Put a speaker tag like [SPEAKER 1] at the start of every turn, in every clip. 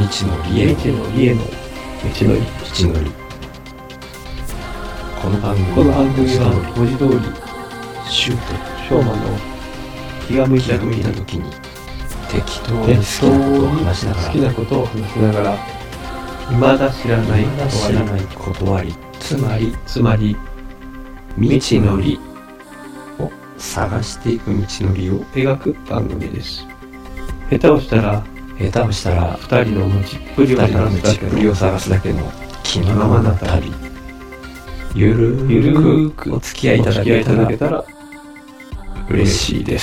[SPEAKER 1] ちのりへの道のり。この番組は文字通りシュートショーマンの気が向いた時に適当に好きなことを話しながら未だ知らない断りつまり道のりを探していく道のりを描く番組です。下手をしたら二人の持ちっぷりを探すだけの気のままな旅。ゆるーくお付き合いいただけたら嬉しいです。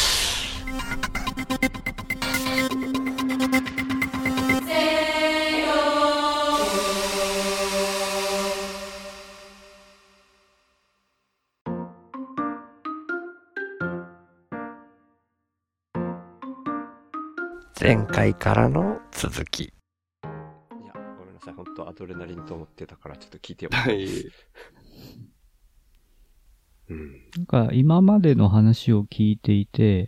[SPEAKER 1] 前回からの続き。いや、ごめんなさい。本当アドレナリンと思ってたからちょっと聞いてよ。はい。
[SPEAKER 2] なんか今までの話を聞いていて、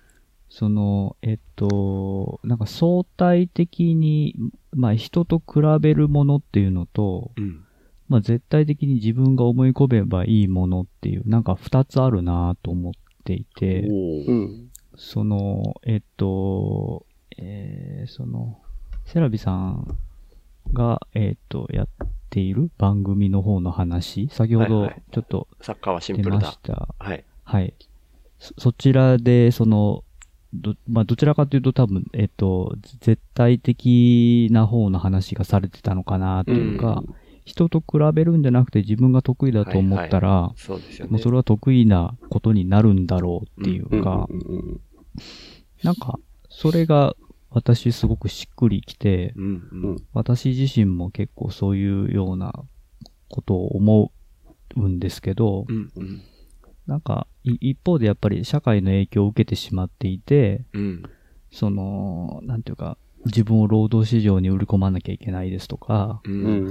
[SPEAKER 2] なんか相対的に、人と比べるものっていうのと、絶対的に自分が思い込めばいいものっていう、なんか二つあるなと思っていて、セラビさんが、やっている番組の方の話、先ほどちょっと
[SPEAKER 1] サッカーはシンプルだ。
[SPEAKER 2] はい。はい。そちらで、どちらかというと多分、絶対的な方の話がされてたのかなというか、人と比べるんじゃなくて自分が得意だと思ったら、
[SPEAKER 1] そうですよね。
[SPEAKER 2] もうそれは得意なことになるんだろうっていうか、なんか、それが私すごくしっくりきて、私自身も結構そういうようなことを思うんですけど、なんか一方でやっぱり社会の影響を受けてしまっていて、なんていうか、自分を労働市場に売り込まなきゃいけないですとか、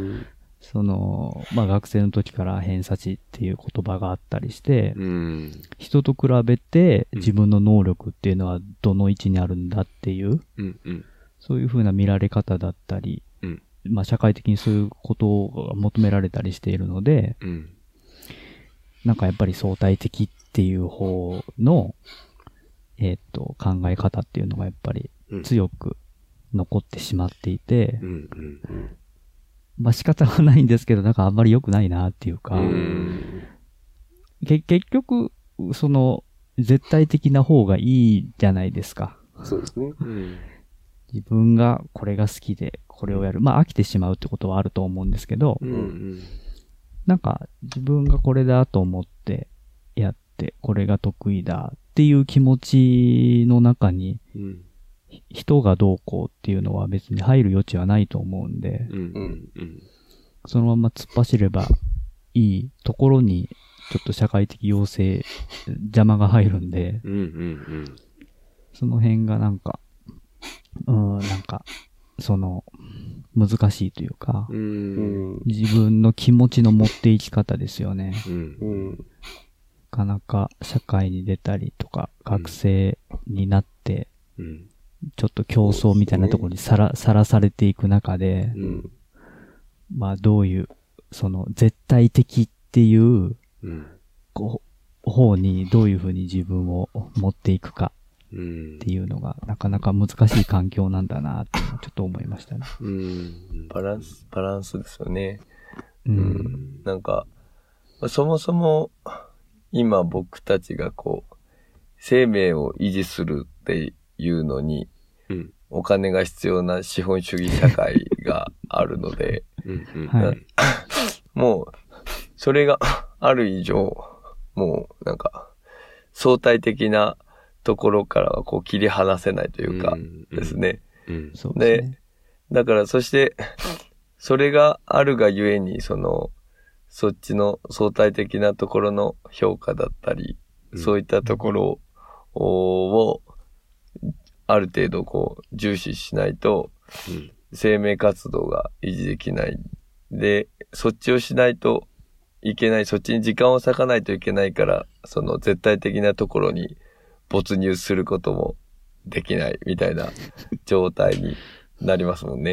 [SPEAKER 2] 学生の時から偏差値っていう言葉があったりして、人と比べて自分の能力っていうのはどの位置にあるんだっていう、そういう風な見られ方だったり、社会的にそういうことが求められたりしているので、なんかやっぱり相対的っていう方の、考え方っていうのがやっぱり強く残ってしまっていて、仕方がないんですけど、なんかあんまり良くないなっていうか、結局、絶対的な方がいいじゃないですか。
[SPEAKER 3] そうですね。
[SPEAKER 2] 自分がこれが好きで、これをやる。飽きてしまうってことはあると思うんですけど、なんか自分がこれだと思ってやって、これが得意だっていう気持ちの中に、人がどうこうっていうのは別に入る余地はないと思うんで、そのまま突っ走ればいいところにちょっと社会的要請、邪魔が入るんで、その辺がなんか、難しいというか、自分の気持ちの持っていき方ですよね。なかなか社会に出たりとか、学生になって、ちょっと競争みたいなところにさらされていく中で、どういう、絶対的っていう、方にどういうふうに自分を持っていくかっていうのがなかなか難しい環境なんだなってちょっと思いましたね。
[SPEAKER 3] バランスですよね。なんか、そもそも今僕たちが生命を維持するっていうのに、お金が必要な資本主義社会があるので、もう、それがある以上、もうなんか、相対的なところからは切り離せないというかですね。で、だからそして、それがあるがゆえに、そっちの相対的なところの評価だったり、そういったところを、ある程度重視しないと、生命活動が維持できない。で、そっちをしないといけない、そっちに時間を割かないといけないから、絶対的なところに没入することもできないみたいな状態になりますもんね。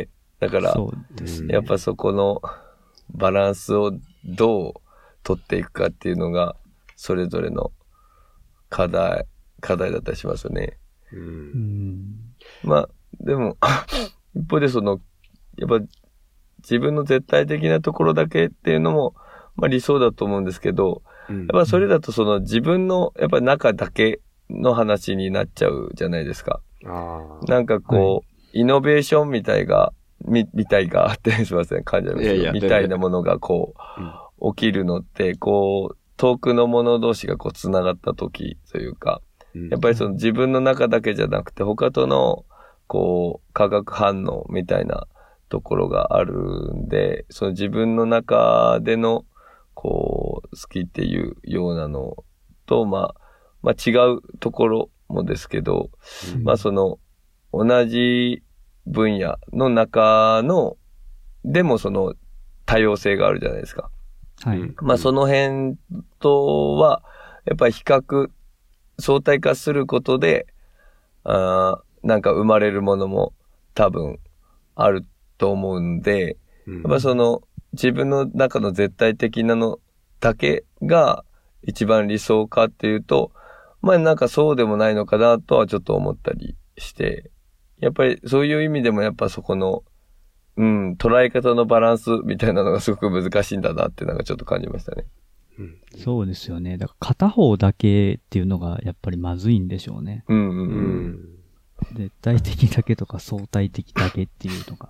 [SPEAKER 3] だから、やっぱそこのバランスをどう取っていくかっていうのが、それぞれの課題だったりしますよね。まあ、でも、一方でやっぱ自分の絶対的なところだけっていうのも、まあ理想だと思うんですけど、やっぱそれだと自分のやっぱ中だけの話になっちゃうじゃないですか。なんかイノベーションみたいがってすいません、感じますけど、みたいなものが起きるのって、遠くのもの同士が繋がった時というか、やっぱり自分の中だけじゃなくて、他との、化学反応みたいなところがあるんで、自分の中での、好きっていうようなのと、まあ違うところもですけど、まあ同じ分野の中の、でも多様性があるじゃないですか。
[SPEAKER 2] はい。
[SPEAKER 3] まあその辺とは、やっぱり相対化することで、なんか生まれるものも多分あると思うんで、やっぱ自分の中の絶対的なのだけが一番理想かっていうと、まあなんかそうでもないのかなとはちょっと思ったりして、やっぱりそういう意味でもやっぱそこの、捉え方のバランスみたいなのがすごく難しいんだなってなんかちょっと感じましたね。
[SPEAKER 2] そうですよね。だから片方だけっていうのがやっぱりまずいんでしょうね。絶対的だけとか相対的だけっていうのが。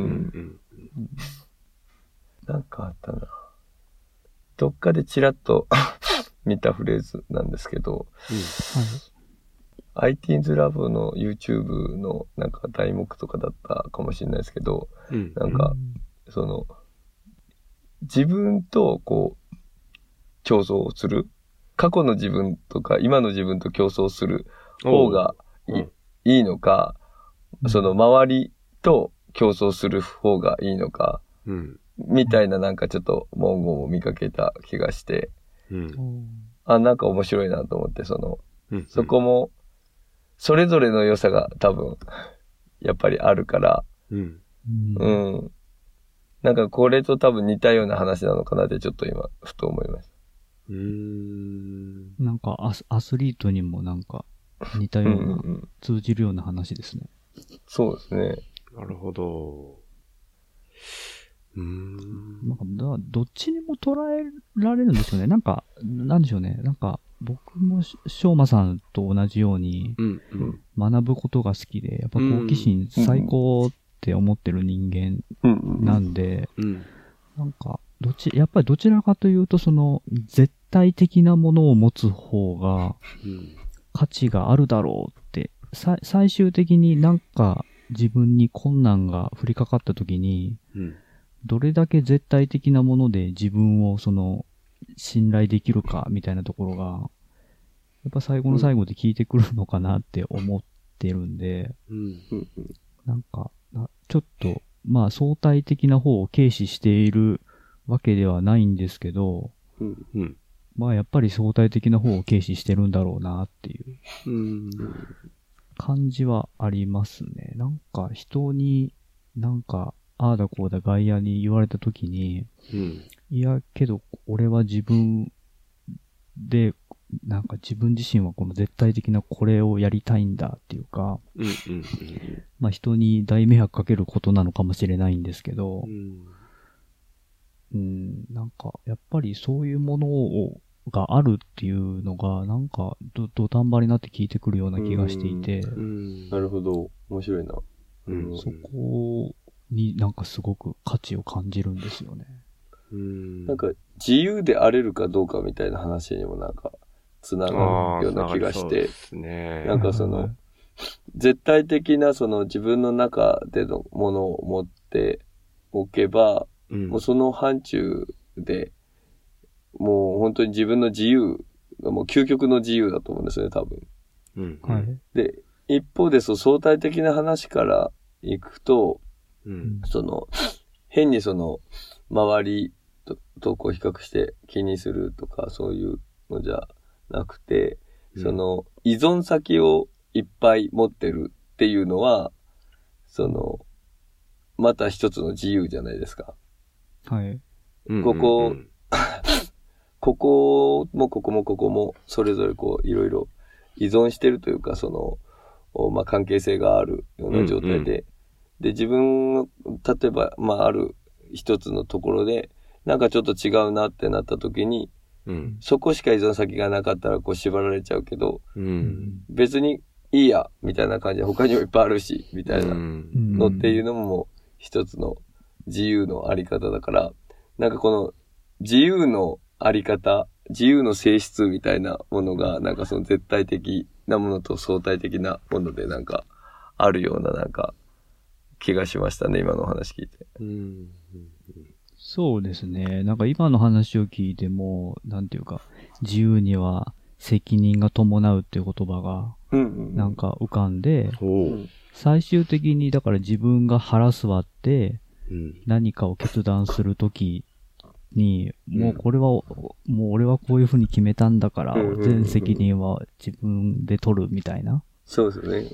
[SPEAKER 3] なんかあったな。どっかでちらっと見たフレーズなんですけど、IT's Lab の YouTube のなんか題目とかだったかもしれないですけど、なんか、自分と競争する、過去の自分とか今の自分と競争する方がいいのか、周りと競争する方がいいのか、みたいななんかちょっと文言を見かけた気がして、なんか面白いなと思って、そこも、それぞれの良さが多分、やっぱりあるから、なんかこれと多分似たような話なのかなってちょっと今、ふと思いました。
[SPEAKER 2] なんかアスリートにもなんか似たような、通じるような話ですね。
[SPEAKER 3] そうですね。
[SPEAKER 1] なるほど。
[SPEAKER 2] なんかどっちにも捉えられるんですよね。なんか、なんでしょうね。なんか、僕もしょうまさんと同じように、学ぶことが好きで、やっぱ好奇心最高って思ってる人間なんで、なんか、やっぱりどちらかというと、絶対的なものを持つ方が、価値があるだろうって、最終的になんか自分に困難が降りかかった時に、どれだけ絶対的なもので自分を信頼できるかみたいなところが、やっぱ最後の最後で効いてくるのかなって思ってるんで、なんか、ちょっと、まあ相対的な方を軽視しているわけではないんですけど、まあやっぱり相対的な方を軽視してるんだろうなっていう感じはありますね。なんか人になんかああだこうだ外野に言われたときに、いやけど俺は自分でなんか自分自身はこの絶対的なこれをやりたいんだっていうか、まあ人に大迷惑かけることなのかもしれないんですけど、なんかやっぱりそういうものがあるっていうのがなんか土壇場になって聞いてくるような気がしていて、
[SPEAKER 3] なるほど、面白いな。
[SPEAKER 2] そこになんかすごく価値を感じるんですよね。
[SPEAKER 3] なんか自由であれるかどうかみたいな話にもなんかつながるような気がして、なんか絶対的な自分の中でのものを持っておけば、もうその範疇で、もう本当に自分の自由がもう究極の自由だと思うんですよね、多分。で、一方で相対的な話からいくと、変に周りとこう比較して気にするとかそういうのじゃなくて、依存先をいっぱい持ってるっていうのは、 また一つの自由じゃないですか。
[SPEAKER 2] はい。
[SPEAKER 3] ここ、ここもここもここも、それぞれこう、いろいろ依存してるというか、まあ、関係性があるような状態で、で、自分、例えば、まあ、ある一つのところで、なんかちょっと違うなってなった時に、そこしか依存先がなかったらこう縛られちゃうけど、別にいいや、みたいな感じで他にもいっぱいあるし、みたいなのっていうのももう一つの自由のあり方だから、なんかこの自由のあり方、自由の性質みたいなものが、なんかその絶対的なものと相対的なものでなんかあるようななんか気がしましたね、今のお話聞いて。
[SPEAKER 2] そうですね。なんか今の話を聞いても、なんていうか、自由には責任が伴うっていう言葉が、なんか浮かんで、最終的にだから自分が腹座って、何かを決断するときに、もうこれは、もう俺はこういうふうに決めたんだから、全責任は自分で取るみたいな。
[SPEAKER 3] そうですね。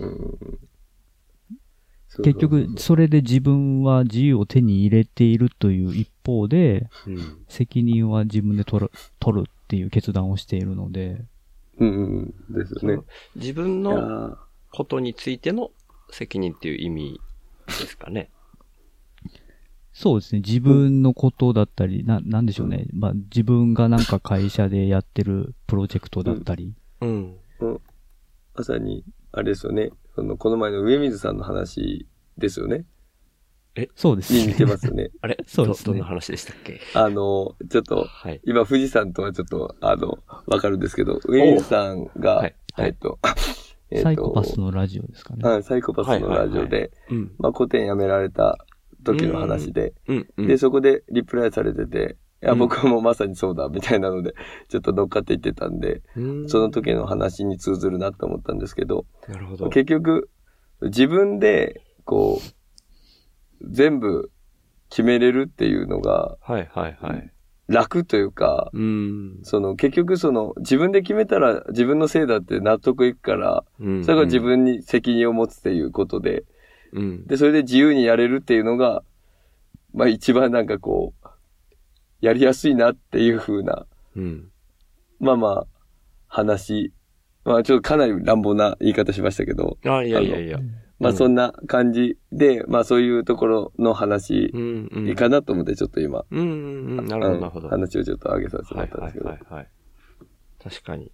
[SPEAKER 2] 結局、それで自分は自由を手に入れているという一方で、責任は自分で取るっていう決断をしているので。
[SPEAKER 3] ですね。
[SPEAKER 4] 自分のことについての責任っていう意味ですかね。
[SPEAKER 2] そうですね。自分のことだったり、なんでしょうね。まあ、自分がなんか会社でやってるプロジェクトだったり。
[SPEAKER 3] まさに、あれですよね。この前の上水さんの話ですよね。
[SPEAKER 2] そうですね。
[SPEAKER 3] に似てますよね。
[SPEAKER 4] あれ
[SPEAKER 2] そうですね。
[SPEAKER 4] どんな話でしたっけ？
[SPEAKER 3] ちょっと、今、富士山とはちょっと、わかるんですけど、上水さんが、
[SPEAKER 2] サイコパスのラジオですかね。
[SPEAKER 3] サイコパスのラジオで、まあ、古典やめられた時の話で、で、そこでリプライされてて、いや、僕もまさにそうだ、みたいなので、ちょっと乗っかっていってたんで、その時の話に通ずるなと思ったんですけど、
[SPEAKER 4] なるほど。
[SPEAKER 3] 結局、自分で、こう、全部決めれるっていうのが、楽というか、結局自分で決めたら自分のせいだって納得いくから、それが自分に責任を持つっていうことで、で、それで自由にやれるっていうのが、まあ一番なんかこう、やりやすいなっていう風な、まあ、話。まあちょっとかなり乱暴な言い方しましたけど。
[SPEAKER 4] いや。
[SPEAKER 3] まあそんな感じで、まあそういうところの話いいかなと思ってちょっと今、
[SPEAKER 4] なるほど。
[SPEAKER 3] 話をちょっと上げさせてもらったんですけど。
[SPEAKER 4] 確かに。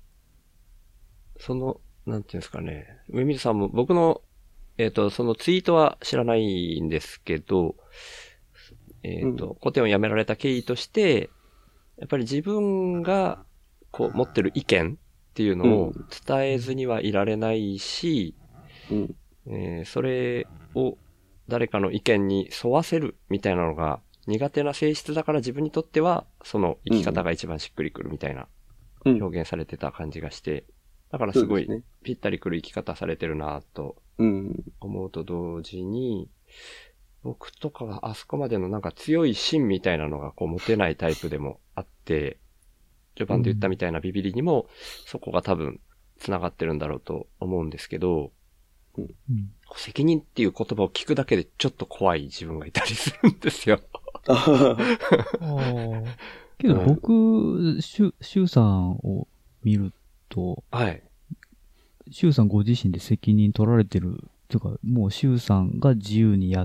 [SPEAKER 4] なんていうんですかね。上水さんも僕の、そのツイートは知らないんですけど、古典をやめられた経緯として、やっぱり自分がこう持ってる意見っていうのを伝えずにはいられないし、それを誰かの意見に沿わせるみたいなのが苦手な性質だから自分にとってはその生き方が一番しっくりくるみたいな表現されてた感じがして、だからすごいぴったりくる生き方されてるなと思うと同時に、僕とかはあそこまでのなんか強い芯みたいなのがこう持てないタイプでもあって、序盤で言ったみたいなビビリにもそこが多分繋がってるんだろうと思うんですけど、責任っていう言葉を聞くだけでちょっと怖い自分がいたりするんですよ。
[SPEAKER 2] けど僕、シュウさんを見ると、シュウさんご自身で責任取られてるというか、もうシュウさんが自由にやって、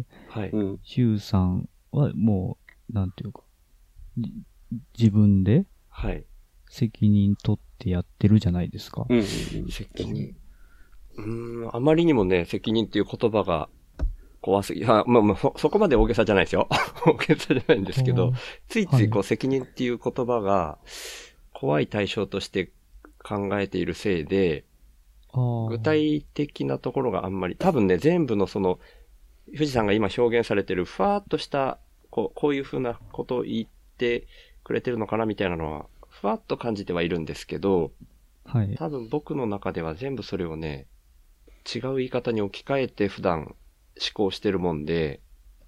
[SPEAKER 2] シュウさんはもう、なんていうか、自分で、責任取ってやってるじゃないですか。
[SPEAKER 4] 責任。あまりにもね、責任っていう言葉が怖すぎ、まあ、そこまで大げさじゃないですよ。大げさじゃないんですけど、ついついこう責任っていう言葉が怖い対象として考えているせいで、具体的なところがあんまり、多分ね、全部の富士山が今表現されてるふわーっとした、こういうふうなことを言ってくれてるのかなみたいなのは、ふわっと感じてはいるんですけど、多分僕の中では全部それをね、違う言い方に置き換えて普段思考してるもんで、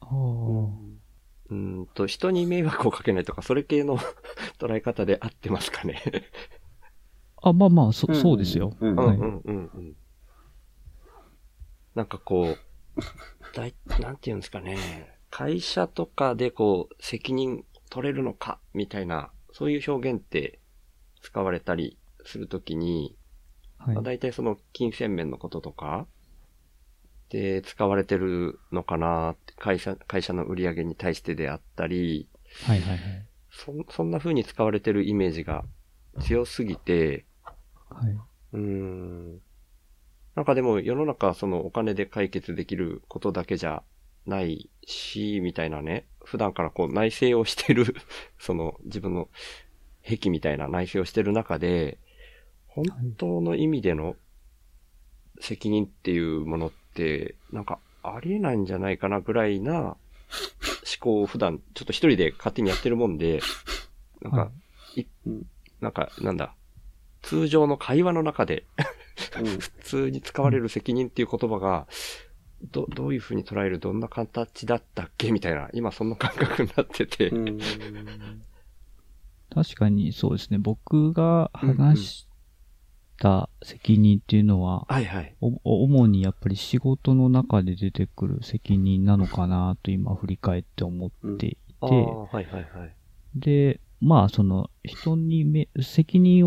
[SPEAKER 4] 人に迷惑をかけないとか、それ系の捉え方で合ってますかね。
[SPEAKER 2] まあ、そうですよ。
[SPEAKER 4] なんかこう、 なんて言うんですかね。会社とかでこう、責任取れるのか、みたいな、そういう表現って使われたりするときに、はい、大体その金銭面のこととかで使われてるのかなって、会社の売り上げに対してであったり、
[SPEAKER 2] はいはいはい。
[SPEAKER 4] そんな風に使われてるイメージが強すぎて、
[SPEAKER 2] はい。
[SPEAKER 4] なんかでも世の中そのお金で解決できることだけじゃないし、みたいなね、普段からこう内省をしてる、その自分の癖みたいな内省をしてる中で、本当の意味での責任っていうものって、なんかありえないんじゃないかなぐらいな思考を普段ちょっと一人で勝手にやってるもんで、なんか、なんだ、通常の会話の中で普通に使われる責任っていう言葉が、どういう風に捉える、どんな形だったっけみたいな、今そんな感覚になってて。
[SPEAKER 2] 確かにそうですね。僕が話した責任っていうのは、
[SPEAKER 4] はいはい。
[SPEAKER 2] 主にやっぱり仕事の中で出てくる責任なのかなと今振り返って思っていて、
[SPEAKER 4] はいはいはい。
[SPEAKER 2] で、まあその人に責任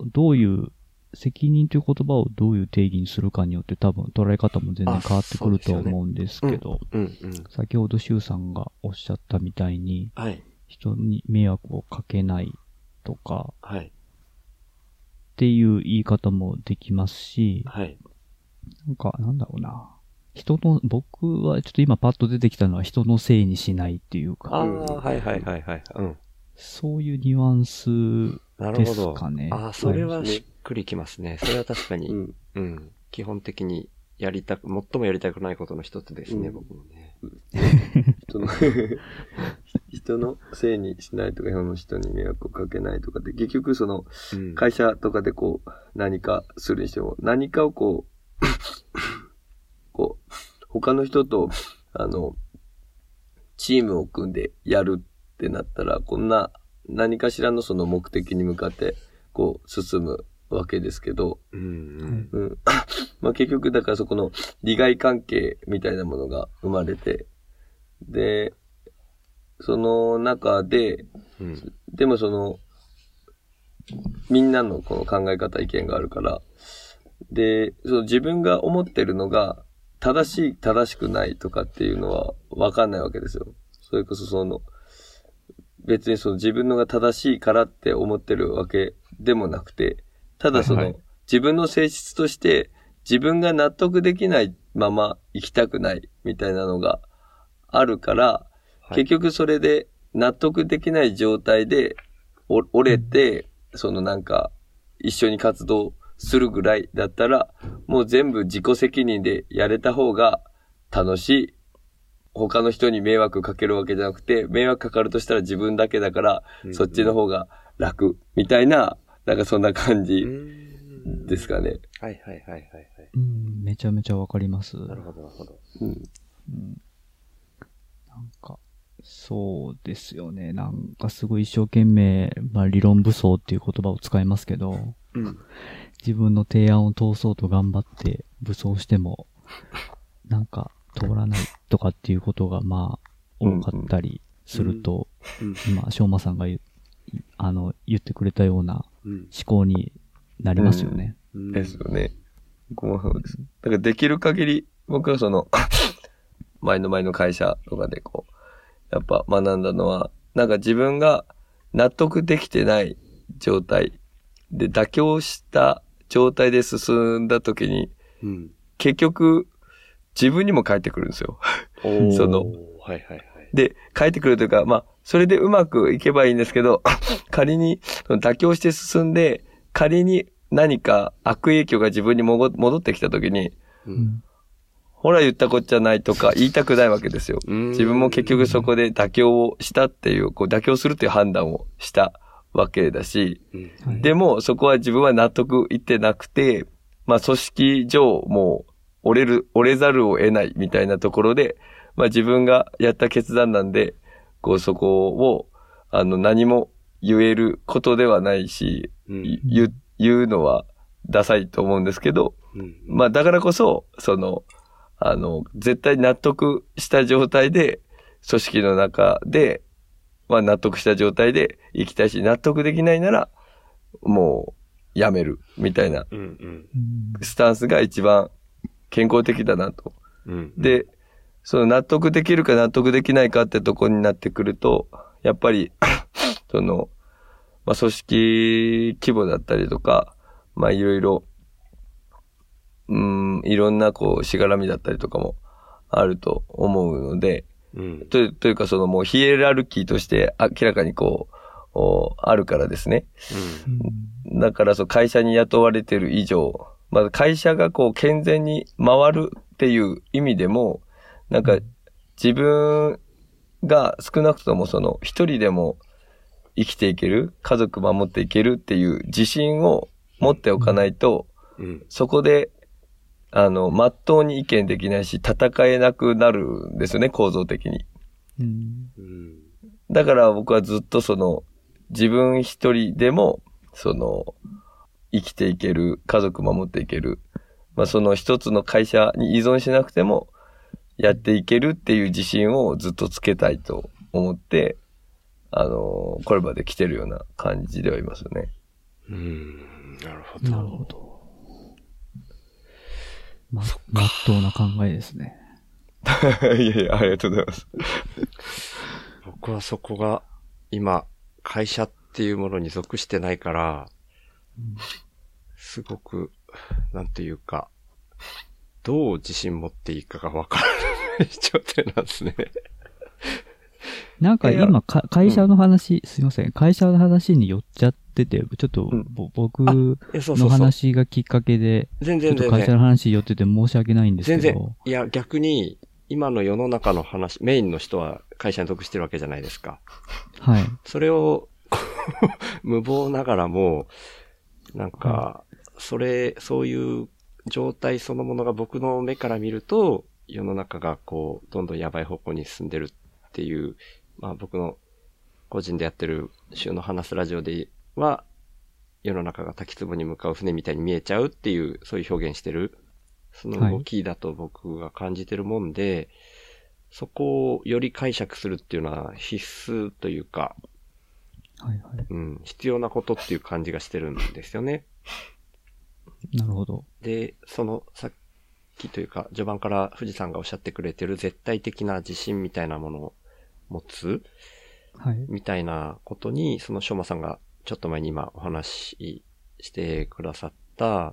[SPEAKER 2] という言葉をどういう定義にするかによって多分捉え方も全然変わってくると思うんですけど、先ほど周さんがおっしゃったみたいに、
[SPEAKER 4] はい、
[SPEAKER 2] 人に迷惑をかけないとか、
[SPEAKER 4] はい、
[SPEAKER 2] っていう言い方もできますし、
[SPEAKER 4] はい、
[SPEAKER 2] なんだろうな。僕はちょっと今パッと出てきたのは人のせいにしないっていうか、
[SPEAKER 4] はいはいはいはい。
[SPEAKER 2] そういうニュアンスですかね。
[SPEAKER 4] それはしっくりきますね。それは確かに、基本的に最もやりたくないことの一つですね、僕もね。
[SPEAKER 3] 人のせいにしないとか、人に迷惑をかけないとかって、結局その、会社とかでこう、何かするにしても、何かをこう、他の人と、チームを組んでやるってなったら、こんな何かしらのその目的に向かって、こう、進むわけですけど、まあ結局だからそこの利害関係みたいなものが生まれて、で、その中で、でもその、みんなのこの考え方意見があるから、で、その自分が思ってるのが正しくないとかっていうのはわかんないわけですよ。それこそその、別にその自分のが正しいからって思ってるわけでもなくて、ただその、自分の性質として自分が納得できないまま生きたくないみたいなのがあるから、結局それで納得できない状態で折れて、そのなんか一緒に活動するぐらいだったら、もう全部自己責任でやれた方が楽しい。他の人に迷惑かけるわけじゃなくて、迷惑かかるとしたら自分だけだから、そっちの方が楽。みたいな、なんかそんな感じですかね。
[SPEAKER 4] はいはいはいはい。
[SPEAKER 2] めちゃめちゃわかります。
[SPEAKER 4] なるほどなるほど。
[SPEAKER 2] なんか、そうですよね。なんかすごい一生懸命、理論武装っていう言葉を使いますけど、自分の提案を通そうと頑張って武装しても、なんか通らないとかっていうことが多かったりすると、今、しょうまさんが言ってくれたような思考になりますよね。
[SPEAKER 3] ですよね。僕もそうです。だからできる限り、僕はその、前の会社とかでこう、やっぱ学んだのは、なんか自分が納得できてない状態で妥協した状態で進んだ時に、結局自分にも返ってくるんですよ。その、で、返ってくるというか、それでうまくいけばいいんですけど、仮に妥協して進んで、仮に何か悪影響が自分に戻ってきた時に、ほら言ったこっちゃないとか言いたくないわけですよ。自分も結局そこで妥協をしたっていう、妥協するっていう判断をしたわけだし、でもそこは自分は納得いってなくて、組織上もう折れざるを得ないみたいなところで、自分がやった決断なんで、そこを、何も言えることではないし、言うのはダサいと思うんですけど、だからこそ、 絶対納得した状態で、組織の中で、まあ納得した状態で行きたいし、納得できないなら、もう、やめる、みたいな、スタンスが一番健康的だなと。で、その納得できるか納得できないかってとこになってくると、やっぱり、まあ組織規模だったりとか、まあいろいろ、いろんなしがらみだったりとかもあると思うので、というかもうヒエラルキーとして明らかにあるからですね。だから会社に雇われてる以上、まず会社が健全に回るっていう意味でも、なんか自分が少なくとも一人でも生きていける、家族守っていけるっていう自信を持っておかないと、そこでまっとうに意見できないし、戦えなくなるんですよね、構造的に。だから僕はずっと自分一人でも、生きていける、家族守っていける、まあ一つの会社に依存しなくても、やっていけるっていう自信をずっとつけたいと思って、これまで来てるような感じではいますよね。
[SPEAKER 4] なるほど。
[SPEAKER 2] なるほど。まっとうな考えですね。
[SPEAKER 3] いやいや、ありがとうございます。
[SPEAKER 4] 僕はそこが今、会社っていうものに属してないから、すごく、なんていうか、どう自信持っていいかがわからない状態なんですね。
[SPEAKER 2] なんか今、会社の話、すいません、会社の話に寄っちゃってて、ちょっと、僕の話がきっかけで、ちょっと会社の話に寄ってて申し訳ないんですけど。
[SPEAKER 4] 全然。いや、逆に、今の世の中の話、メインの人は会社に属してるわけじゃないですか。
[SPEAKER 2] はい。
[SPEAKER 4] それを、無謀ながらも、なんか、そういう状態そのものが僕の目から見ると、世の中がどんどんやばい方向に進んでるっていう、まあ僕の個人でやってる週の話すラジオでは、世の中が滝壺に向かう船みたいに見えちゃうっていう、そういう表現してる、その動きだと僕が感じてるもんで、そこをより解釈するっていうのは必須というか、必要なことっていう感じがしてるんですよね。
[SPEAKER 2] なるほど。
[SPEAKER 4] で、さっきというか、序盤から富士山がおっしゃってくれてる絶対的な自信みたいなものを持つ、みたいなことに、しょうまさんがちょっと前に今お話ししてくださった、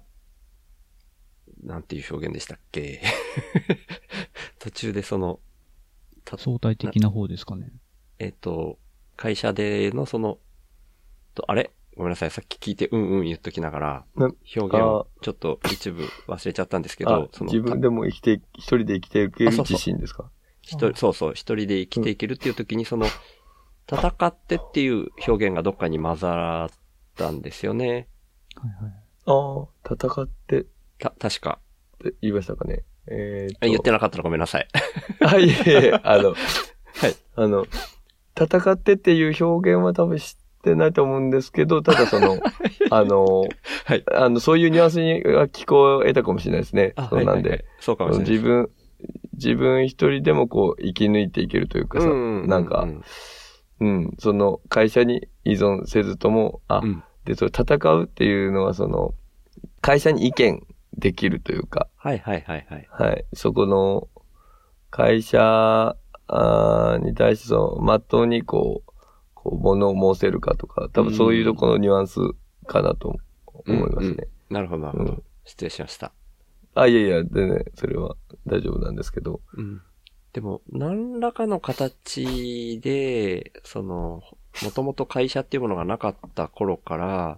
[SPEAKER 4] なんていう表現でしたっけ途中で
[SPEAKER 2] 相対的な方ですかね。
[SPEAKER 4] 会社でのあれごめんなさい、さっき聞いて言っときながら、表現をちょっと一部忘れちゃったんで
[SPEAKER 3] すけど、自分でも一人で生きていける自信ですか？
[SPEAKER 4] そうそう、一人で生きていけるっていう時に戦ってっていう表現がどっかに混ざったんですよね。
[SPEAKER 3] 戦って。
[SPEAKER 4] 確か。
[SPEAKER 3] って言いましたかね。
[SPEAKER 4] 言ってなかったらごめんなさい。
[SPEAKER 3] いえ、戦ってっていう表現は多分知ってないと思うんですけど、ただそういうニュアンスに聞こえたかもしれないですね。そうなんで。
[SPEAKER 4] そうかもしれない。
[SPEAKER 3] 自分一人でも生き抜いていけるというかさ、なんか、会社に依存せずとも、で、戦うっていうのは会社に意見できるというか、そこの会社に対してまっとうに物を申せるかとか、多分そういうところのニュアンスかなと思いますね。
[SPEAKER 4] なるほど、なるほど。失礼しました。
[SPEAKER 3] いやいや、全然それは大丈夫なんですけど。
[SPEAKER 4] でも、何らかの形で、もともと会社っていうものがなかった頃から、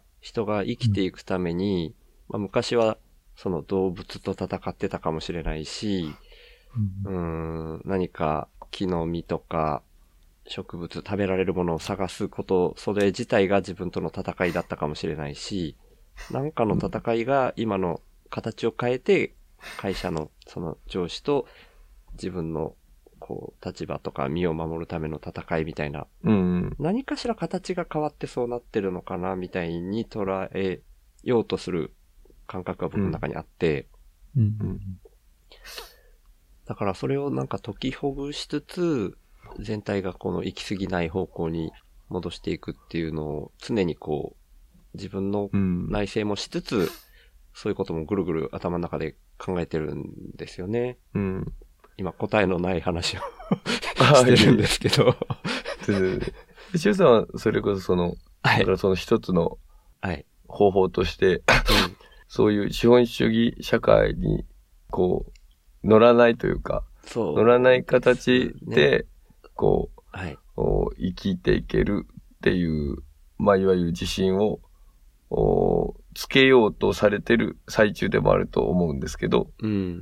[SPEAKER 4] 人が生きていくために、昔は動物と戦ってたかもしれないし、何か木の実とか植物、食べられるものを探すこと、それ自体が自分との戦いだったかもしれないし、何かの戦いが今の形を変えて、会社の上司と自分の立場とか身を守るための戦いみたいな、何かしら形が変わってそうなってるのかなみたいに捉えようとする感覚が僕の中にあって、 だからそれをなんか解きほぐしつつ、全体がこの行き過ぎない方向に戻していくっていうのを常にこう、自分の内省もしつつ、そういうこともぐるぐる頭の中で考えてるんですよね。
[SPEAKER 3] うん。
[SPEAKER 4] 今答えのない話をしてるんですけど。
[SPEAKER 3] しゅうさんはそれこそだからその一つの方法として、そういう資本主義社会にこう乗らないというか、乗らない形でこう、生きていけるっていう、まあいわゆる自信をつけようとされてる最中でもあると思うんですけど、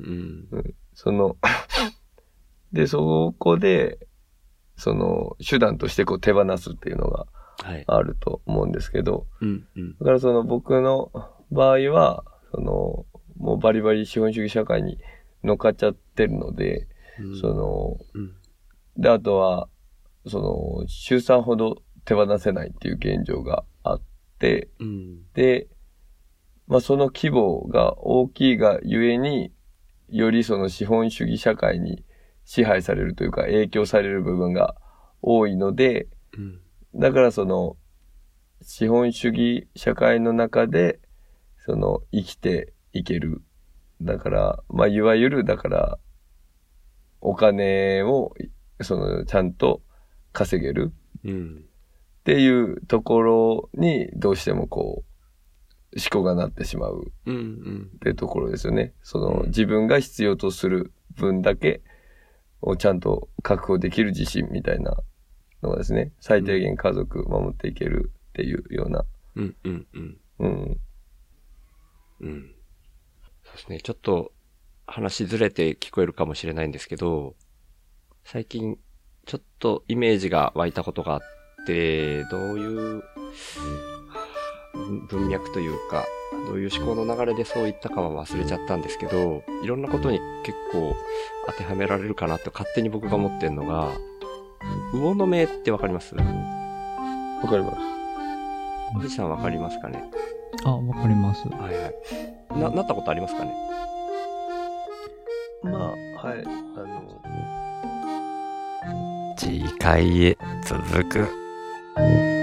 [SPEAKER 3] で、そこで、手段としてこう手放すっていうのがあると思うんですけど、だから僕の場合は、もうバリバリ資本主義社会に乗っかっちゃってるので、で、あとは、週3ほど手放せないっていう現状があって、で、まあ、その規模が大きいがゆえに、より資本主義社会に支配されるというか影響される部分が多いので、だから資本主義社会の中で、生きていける。だから、まあ、いわゆる、だから、お金を、ちゃんと稼げる。っていうところに、どうしてもこう、思考がなってしまう。ってところですよね。自分が必要とする分だけをちゃんと確保できる自信みたいなのがですね、最低限家族守っていけるっていうような。
[SPEAKER 4] そうですね。ちょっと話ずれて聞こえるかもしれないんですけど、最近ちょっとイメージが湧いたことがあって、どういう文脈というか、どういう思考の流れでそういったかは忘れちゃったんですけど、いろんなことに結構当てはめられるかなって勝手に僕が思ってるのが、魚の目ってわかります？
[SPEAKER 3] わかります。
[SPEAKER 4] 藤さんわかりますかね？
[SPEAKER 2] わかります。
[SPEAKER 4] なったことありますかね？
[SPEAKER 3] まあ、はい。
[SPEAKER 4] 次回へ続く。